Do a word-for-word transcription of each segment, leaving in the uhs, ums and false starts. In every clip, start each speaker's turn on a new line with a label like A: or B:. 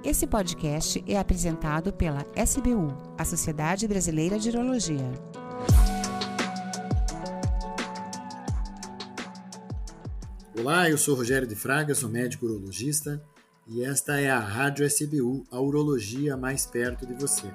A: Esse podcast é apresentado pela S B U, a Sociedade Brasileira de Urologia.
B: Olá, eu sou Rogério de Fraga, sou médico urologista e esta é a Rádio S B U, a urologia mais perto de você.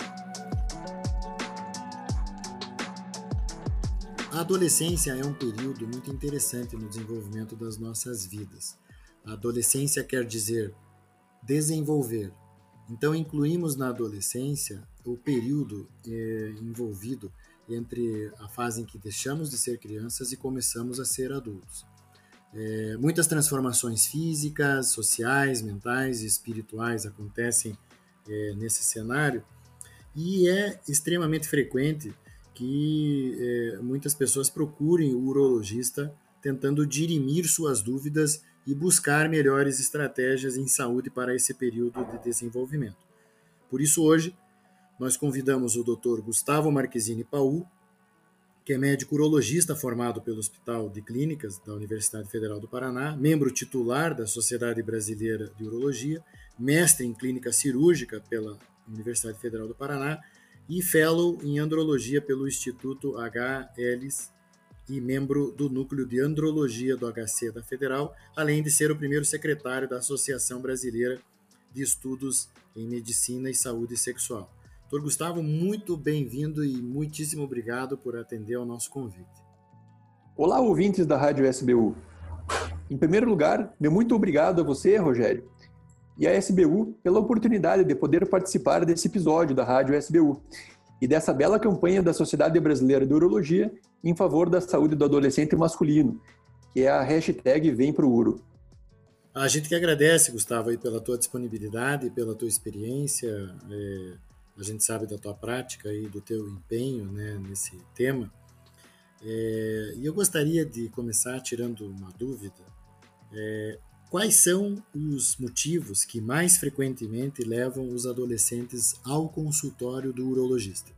B: A adolescência é um período muito interessante no desenvolvimento das nossas vidas. A adolescência quer dizer desenvolver. Então, incluímos na adolescência o período é, envolvido entre a fase em que deixamos de ser crianças e começamos a ser adultos. É, muitas transformações físicas, sociais, mentais e espirituais acontecem é, nesse cenário e é extremamente frequente que é, muitas pessoas procurem o urologista tentando dirimir suas dúvidas e buscar melhores estratégias em saúde para esse período de desenvolvimento. Por isso, hoje, nós convidamos o doutor Gustavo Marquezini Paul, que é médico urologista formado pelo Hospital de Clínicas da Universidade Federal do Paraná, membro titular da Sociedade Brasileira de Urologia, mestre em clínica cirúrgica pela Universidade Federal do Paraná e fellow em andrologia pelo Instituto H. Ellis e membro do Núcleo de Andrologia do H C da Federal, além de ser o primeiro secretário da Associação Brasileira de Estudos em Medicina e Saúde Sexual. doutor Gustavo, muito bem-vindo e muitíssimo obrigado por atender ao nosso convite.
C: Olá, ouvintes da Rádio S B U. Em primeiro lugar, meu muito obrigado a você, Rogério, e à S B U pela oportunidade de poder participar desse episódio da Rádio S B U e dessa bela campanha da Sociedade Brasileira de Urologia em favor da saúde do adolescente masculino, que é a hashtag Vem Pro Uro.
B: A gente que agradece, Gustavo, aí, pela tua disponibilidade, pela tua experiência, é, a gente sabe da tua prática e do teu empenho, né, nesse tema. É, e eu gostaria de começar tirando uma dúvida. É, quais são os motivos que mais frequentemente levam os adolescentes ao consultório do urologista?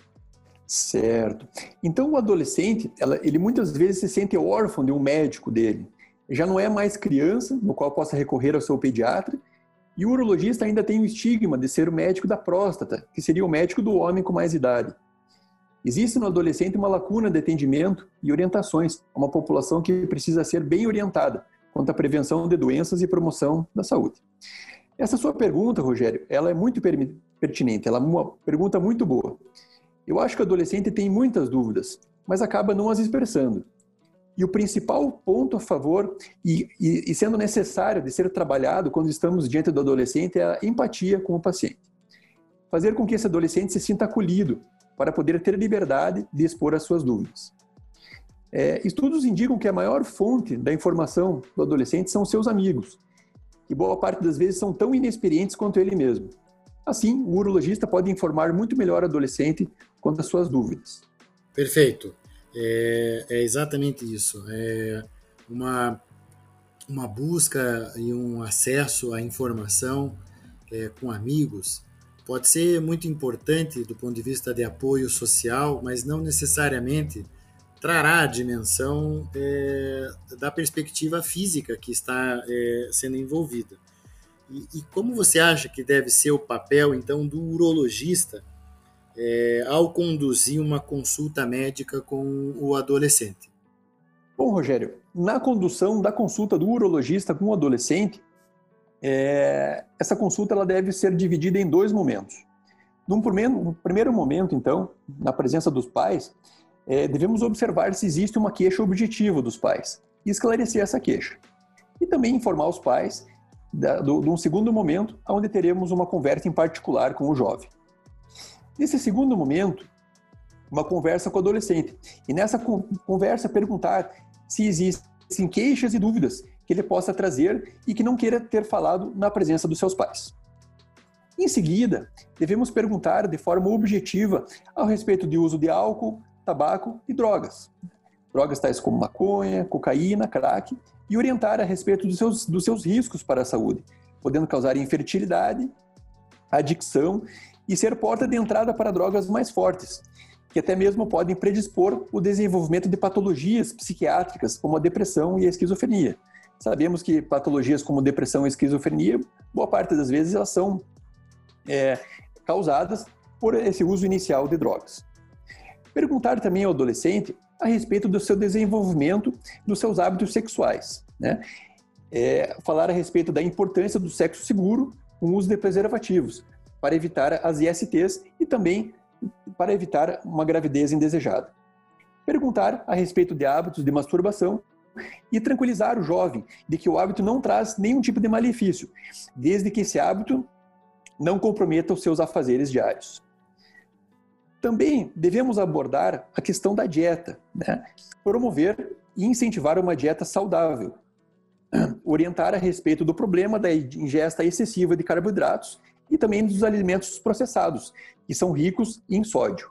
C: Certo. Então, o adolescente, ela, ele muitas vezes se sente órfão de um médico dele. Já não é mais criança, no qual possa recorrer ao seu pediatra, e o urologista ainda tem o estigma de ser o médico da próstata, que seria o médico do homem com mais idade. Existe no adolescente uma lacuna de atendimento e orientações a uma população que precisa ser bem orientada quanto à prevenção de doenças e promoção da saúde. Essa sua pergunta, Rogério, ela é muito pertinente, ela é uma pergunta muito boa. Eu acho que o adolescente tem muitas dúvidas, mas acaba não as expressando. E o principal ponto a favor, e, e, e sendo necessário de ser trabalhado quando estamos diante do adolescente, é a empatia com o paciente. Fazer com que esse adolescente se sinta acolhido, para poder ter liberdade de expor as suas dúvidas. É, estudos indicam que a maior fonte da informação do adolescente são seus amigos, e boa parte das vezes são tão inexperientes quanto ele mesmo. Assim, o urologista pode informar muito melhor o adolescente quanto às suas dúvidas.
B: Perfeito. É, é exatamente isso. É uma, uma busca e um acesso à informação é, com amigos pode ser muito importante do ponto de vista de apoio social, mas não necessariamente trará a dimensão é, da perspectiva física que está é, sendo envolvida. E, e como você acha que deve ser o papel, então, do urologista é, ao conduzir uma consulta médica com o adolescente?
C: Bom, Rogério, na condução da consulta do urologista com o adolescente, é, essa consulta ela deve ser dividida em dois momentos. Num primeiro, no primeiro momento, então, na presença dos pais, é, devemos observar se existe uma queixa objetiva dos pais e esclarecer essa queixa. E também informar os pais da, do, de um segundo momento, onde teremos uma conversa em particular com o jovem. Nesse segundo momento, uma conversa com o adolescente. E nessa conversa perguntar se existem queixas e dúvidas que ele possa trazer e que não queira ter falado na presença dos seus pais. Em seguida, devemos perguntar de forma objetiva ao respeito do uso de álcool, tabaco e drogas. Drogas tais como maconha, cocaína, crack, e orientar a respeito dos seus, dos seus riscos para a saúde, podendo causar infertilidade, adicção e ser porta de entrada para drogas mais fortes, que até mesmo podem predispor o desenvolvimento de patologias psiquiátricas como a depressão e a esquizofrenia. Sabemos que patologias como depressão e esquizofrenia, boa parte das vezes elas são é, causadas por esse uso inicial de drogas. Perguntar também ao adolescente a respeito do seu desenvolvimento, dos seus hábitos sexuais, né? É, falar a respeito da importância do sexo seguro com o uso de preservativos, para evitar as I S Ts e também para evitar uma gravidez indesejada. Perguntar a respeito de hábitos de masturbação e tranquilizar o jovem de que o hábito não traz nenhum tipo de malefício, desde que esse hábito não comprometa os seus afazeres diários. Também devemos abordar a questão da dieta, né? Promover e incentivar uma dieta saudável, orientar a respeito do problema da ingesta excessiva de carboidratos e também dos alimentos processados, que são ricos em sódio.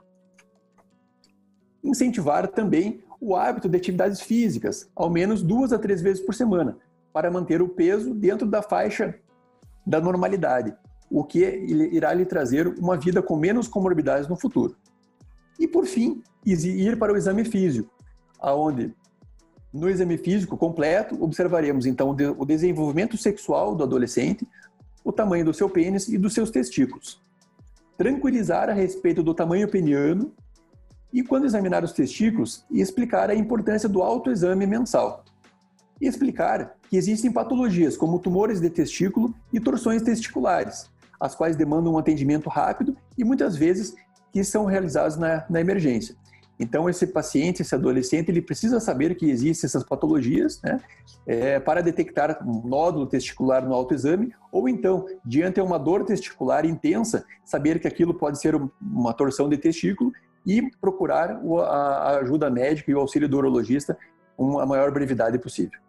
C: Incentivar também o hábito de atividades físicas, ao menos duas a três vezes por semana, para manter o peso dentro da faixa da normalidade, o que irá lhe trazer uma vida com menos comorbidades no futuro. E, por fim, ir para o exame físico, onde, no exame físico completo, observaremos, então, o desenvolvimento sexual do adolescente, o tamanho do seu pênis e dos seus testículos. Tranquilizar a respeito do tamanho peniano e, quando examinar os testículos, explicar a importância do autoexame mensal. E explicar que existem patologias como tumores de testículo e torções testiculares, as quais demandam um atendimento rápido e muitas vezes que são realizados na, na emergência. Então, esse paciente, esse adolescente, ele precisa saber que existem essas patologias, né, é, para detectar um nódulo testicular no autoexame, ou então, diante de uma dor testicular intensa, saber que aquilo pode ser uma torção de testículo e procurar a ajuda médica e o auxílio do urologista com a maior brevidade possível.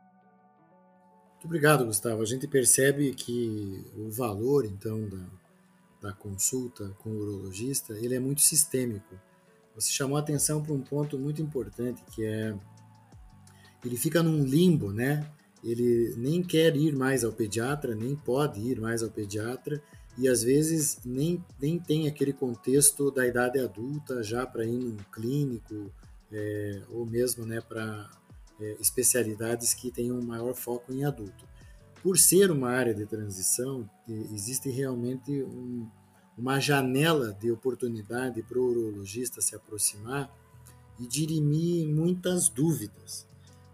B: Muito obrigado, Gustavo. A gente percebe que o valor, então, da, da consulta com o urologista, ele é muito sistêmico. Você chamou a atenção para um ponto muito importante, que é, ele fica num limbo, né? Ele nem quer ir mais ao pediatra, nem pode ir mais ao pediatra, e às vezes nem, nem tem aquele contexto da idade adulta já para ir num clínico, é, ou mesmo, né, para é, especialidades que tenham um maior foco em adulto. Por ser uma área de transição, existe realmente um uma janela de oportunidade para o urologista se aproximar e dirimir muitas dúvidas.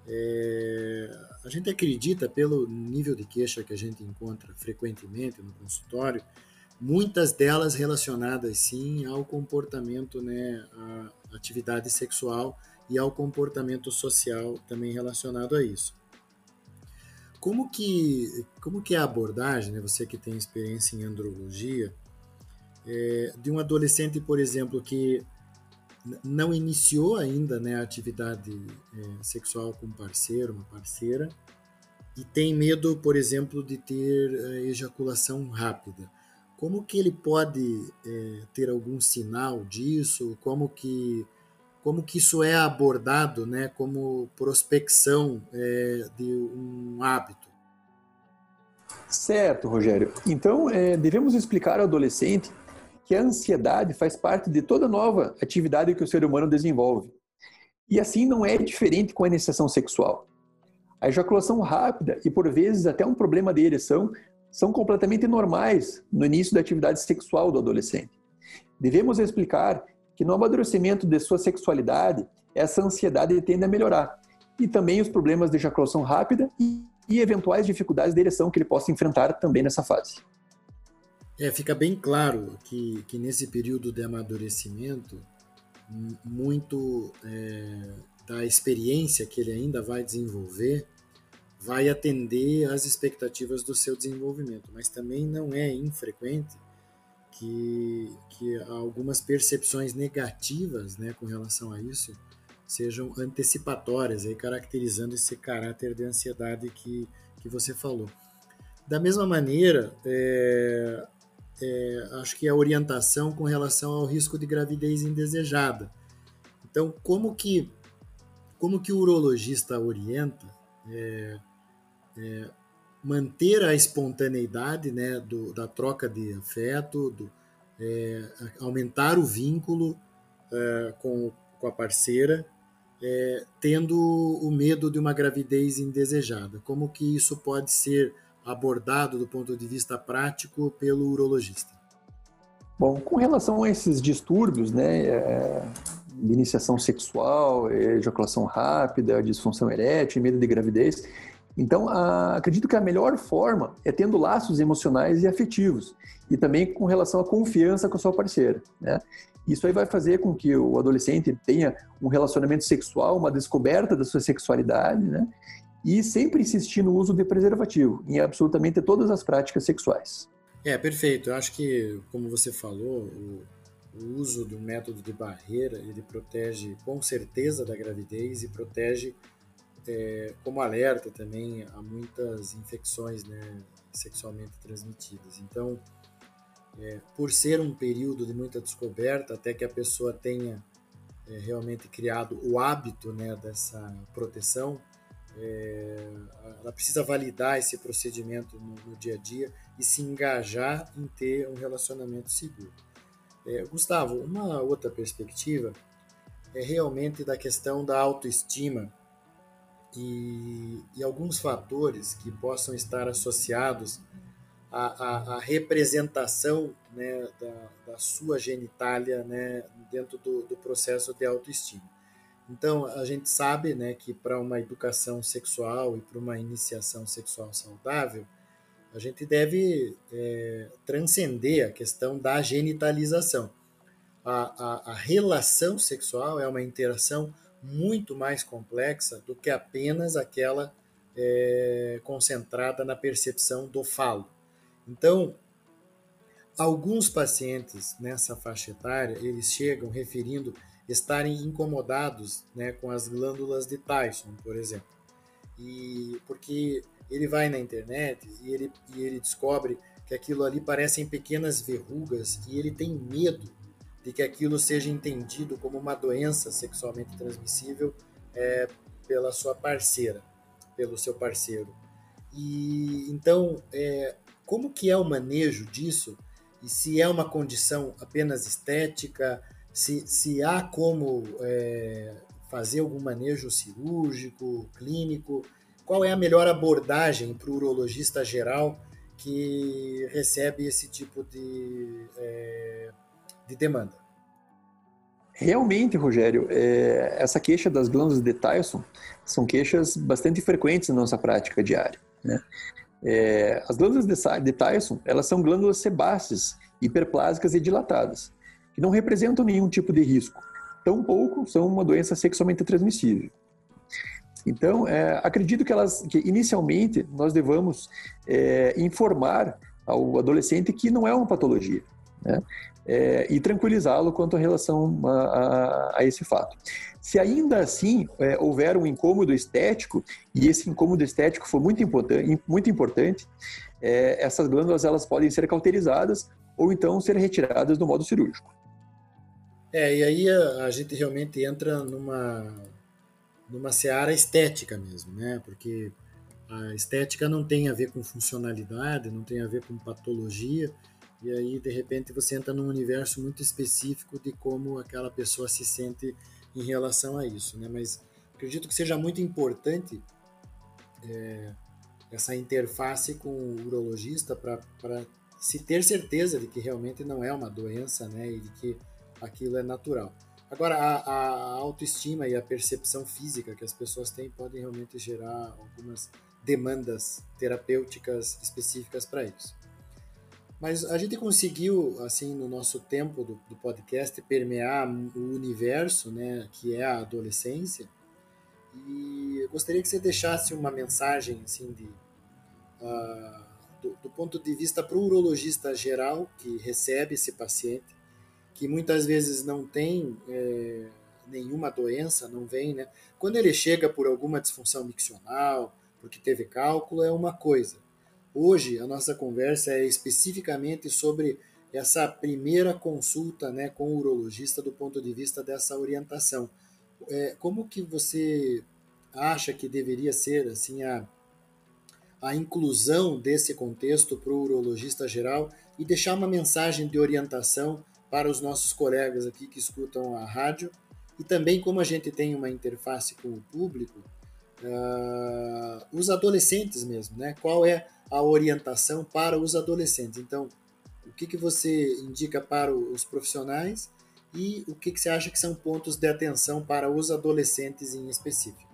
B: É, a gente acredita, pelo nível de queixa que a gente encontra frequentemente no consultório, muitas delas relacionadas sim ao comportamento, né, à atividade sexual e ao comportamento social também relacionado a isso. Como que, como que é a abordagem, né, você que tem experiência em andrologia, É, de um adolescente, por exemplo, que não iniciou ainda, né, a atividade é, sexual com um parceiro, uma parceira, e tem medo, por exemplo, de ter é, ejaculação rápida. Como que ele pode é, ter algum sinal disso? Como que, como que isso é abordado, né, como prospecção é, de um hábito?
C: Certo, Rogério. Então, é, devemos explicar ao adolescente que a ansiedade faz parte de toda nova atividade que o ser humano desenvolve. E assim não é diferente com a iniciação sexual. A ejaculação rápida e, por vezes, até um problema de ereção são completamente normais no início da atividade sexual do adolescente. Devemos explicar que no amadurecimento de sua sexualidade, essa ansiedade tende a melhorar. E também os problemas de ejaculação rápida e, e eventuais dificuldades de ereção que ele possa enfrentar também nessa fase.
B: É, fica bem claro que, que nesse período de amadurecimento, muito é, da experiência que ele ainda vai desenvolver vai atender às expectativas do seu desenvolvimento, mas também não é infrequente que, que algumas percepções negativas, né, com relação a isso sejam antecipatórias, aí, caracterizando esse caráter de ansiedade que, que você falou. Da mesma maneira, é, É, acho que a orientação com relação ao risco de gravidez indesejada. Então, como que, como que o urologista orienta é, é, manter a espontaneidade, né, do, da troca de afeto, do, é, aumentar o vínculo é, com, com a parceira, é, tendo o medo de uma gravidez indesejada? Como que isso pode ser abordado do ponto de vista prático pelo urologista?
C: Bom, com relação a esses distúrbios, né, é, de iniciação sexual, ejaculação rápida, disfunção erétil, medo de gravidez, então a, acredito que a melhor forma é tendo laços emocionais e afetivos, e também com relação à confiança com a sua parceira, né? Isso aí vai fazer com que o adolescente tenha um relacionamento sexual, uma descoberta da sua sexualidade, né? E sempre insistir no uso de preservativo em absolutamente todas as práticas sexuais.
B: É, perfeito. Eu acho que, como você falou, o, o uso do método de barreira, ele protege com certeza da gravidez e protege é, como alerta também a muitas infecções, né, sexualmente transmitidas. Então, é, por ser um período de muita descoberta, até que a pessoa tenha é, realmente criado o hábito, né, dessa proteção, é, ela precisa validar esse procedimento no, no dia a dia e se engajar em ter um relacionamento seguro. É, Gustavo, uma outra perspectiva é realmente da questão da autoestima e, e alguns fatores que possam estar associados à, à, à representação, né, da, da sua genitália, né, dentro do, do processo de autoestima. Então, a gente sabe, né, que para uma educação sexual e para uma iniciação sexual saudável, a gente deve é, transcender a questão da genitalização. A, a, a relação sexual é uma interação muito mais complexa do que apenas aquela é, concentrada na percepção do falo. Então, alguns pacientes nessa faixa etária, eles chegam referindo estarem incomodados, né, com as glândulas de Tyson, por exemplo. E porque ele vai na internet e ele, e ele descobre que aquilo ali parecem pequenas verrugas e ele tem medo de que aquilo seja entendido como uma doença sexualmente transmissível é, pela sua parceira, pelo seu parceiro. E então, é, como que é o manejo disso? E se é uma condição apenas estética, se, se há como é, fazer algum manejo cirúrgico, clínico, qual é a melhor abordagem para o urologista geral que recebe esse tipo de, é, de demanda?
C: Realmente, Rogério, é, essa queixa das glândulas de Tyson são queixas bastante frequentes na nossa prática diária, né? É, as glândulas de, de Tyson, elas são glândulas sebáceas, hiperplásicas e dilatadas, que não representam nenhum tipo de risco, tampouco são uma doença sexualmente transmissível. Então, é, acredito que, elas, que inicialmente nós devamos é, informar ao adolescente que não é uma patologia, né? É, e tranquilizá-lo quanto à relação a, a, a esse fato. Se ainda assim é, houver um incômodo estético, e esse incômodo estético for muito importante, muito importante é, essas glândulas elas podem ser cauterizadas ou então ser retiradas do modo cirúrgico.
B: É, e aí a, a gente realmente entra numa, numa seara estética mesmo, né? Porque a estética não tem a ver com funcionalidade, não tem a ver com patologia, e aí de repente você entra num universo muito específico de como aquela pessoa se sente em relação a isso, né? Mas acredito que seja muito importante é, essa interface com o urologista para se ter certeza de que realmente não é uma doença, né? E de que aquilo é natural. Agora, a, a autoestima e a percepção física que as pessoas têm podem realmente gerar algumas demandas terapêuticas específicas para isso. Mas a gente conseguiu, assim, no nosso tempo do, do podcast, permear o universo, né, que é a adolescência. E eu gostaria que você deixasse uma mensagem, assim, de, uh, do, do ponto de vista para o urologista geral que recebe esse paciente, que muitas vezes não tem é, nenhuma doença, não vem, né? Quando ele chega por alguma disfunção miccional, porque teve cálculo, é uma coisa. Hoje, a nossa conversa é especificamente sobre essa primeira consulta, né, com o urologista do ponto de vista dessa orientação. É, como que você acha que deveria ser assim, a, a inclusão desse contexto para o urologista geral e deixar uma mensagem de orientação para os nossos colegas aqui que escutam a rádio e também como a gente tem uma interface com o público, uh, os adolescentes mesmo, né? Qual é a orientação para os adolescentes? Então, que, que você indica para os profissionais e o que, que você acha que são pontos de atenção para os adolescentes em específico?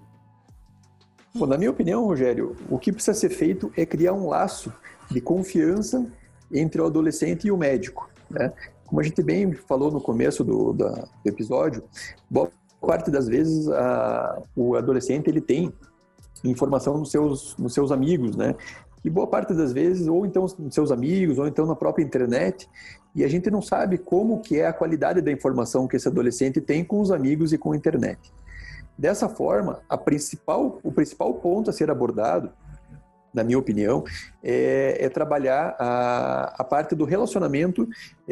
C: Bom, na minha opinião, Rogério, o que precisa ser feito é criar um laço de confiança entre o adolescente e o médico, né? Como a gente bem falou no começo do, da, do episódio, boa parte das vezes a, o adolescente ele tem informação nos seus, nos seus amigos, né? E boa parte das vezes, ou então nos seus amigos, ou então na própria internet, e a gente não sabe como que é a qualidade da informação que esse adolescente tem com os amigos e com a internet. Dessa forma, a principal, o principal ponto a ser abordado, na minha opinião, é, é trabalhar a, a parte do relacionamento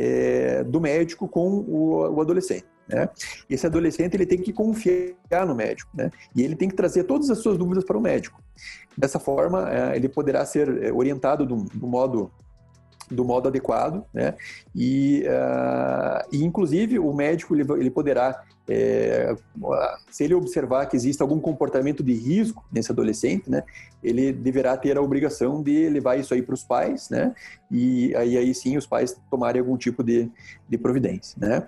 C: é, do médico com o, o adolescente, né? Esse adolescente ele tem que confiar no médico, né? E ele tem que trazer todas as suas dúvidas para o médico. Dessa forma, é, ele poderá ser orientado do, do modo do modo adequado, né? E, uh, e inclusive o médico ele, ele poderá, é, se ele observar que existe algum comportamento de risco nesse adolescente, né? Ele deverá ter a obrigação de levar isso aí para os pais, né? E aí, aí sim os pais tomarem algum tipo de, de providência, né?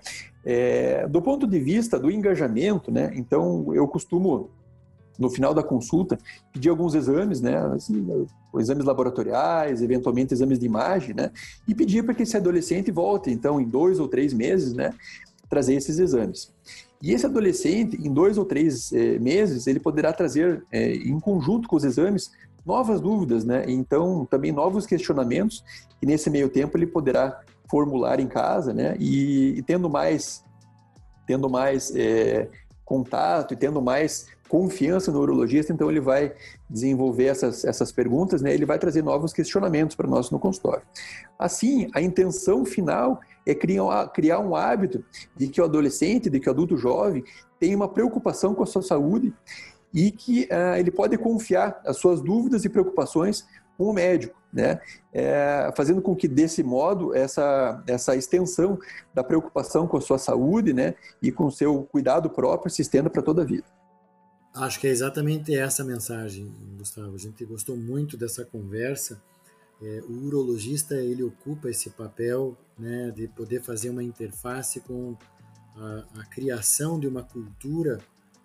C: É, do ponto de vista do engajamento, né? Então eu costumo, no final da consulta, pedir alguns exames, né, assim, exames laboratoriais, eventualmente exames de imagem, né, e pedir para que esse adolescente volte, então, em dois ou três meses, né, trazer esses exames. E esse adolescente, em dois ou três eh, meses, ele poderá trazer, eh, em conjunto com os exames, novas dúvidas, né, então, também novos questionamentos, que nesse meio tempo ele poderá formular em casa, né, e, e tendo mais, tendo mais eh, contato e tendo mais confiança no urologista, então ele vai desenvolver essas, essas perguntas, né? Ele vai trazer novos questionamentos para nós no consultório. Assim, a intenção final é criar, criar um hábito de que o adolescente, de que o adulto jovem tenha uma preocupação com a sua saúde e que uh, ele pode confiar as suas dúvidas e preocupações com o médico, né? É, fazendo com que, desse modo, essa, essa extensão da preocupação com a sua saúde, né, e com o seu cuidado próprio se estenda para toda a vida.
B: Acho que é exatamente essa a mensagem, Gustavo. A gente gostou muito dessa conversa. É, o urologista ele ocupa esse papel, né, de poder fazer uma interface com a, a criação de uma cultura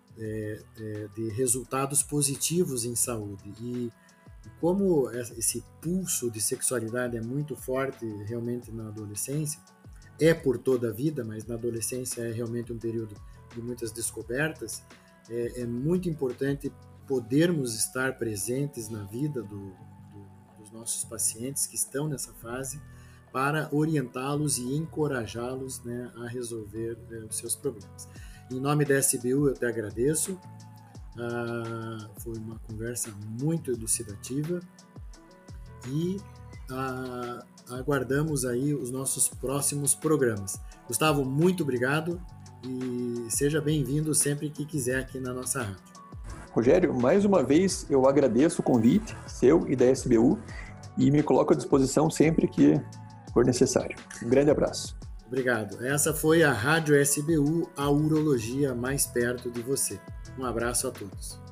B: é, é, de resultados positivos em saúde. E como esse pulso de sexualidade é muito forte realmente na adolescência, é por toda a vida, mas na adolescência é realmente um período de muitas descobertas, é, é muito importante podermos estar presentes na vida do, do, dos nossos pacientes que estão nessa fase para orientá-los e encorajá-los, né, a resolver é, os seus problemas. Em nome da S B U eu te agradeço. Ah, foi uma conversa muito elucidativa e ah, aguardamos aí os nossos próximos programas. Gustavo, muito obrigado e seja bem-vindo sempre que quiser aqui na nossa rádio.
C: Rogério, mais uma vez eu agradeço o convite seu e da S B U e me coloco à disposição sempre que for necessário. Um grande abraço.
B: Obrigado. Essa foi a Rádio S B U, a urologia mais perto de você. Um abraço a todos.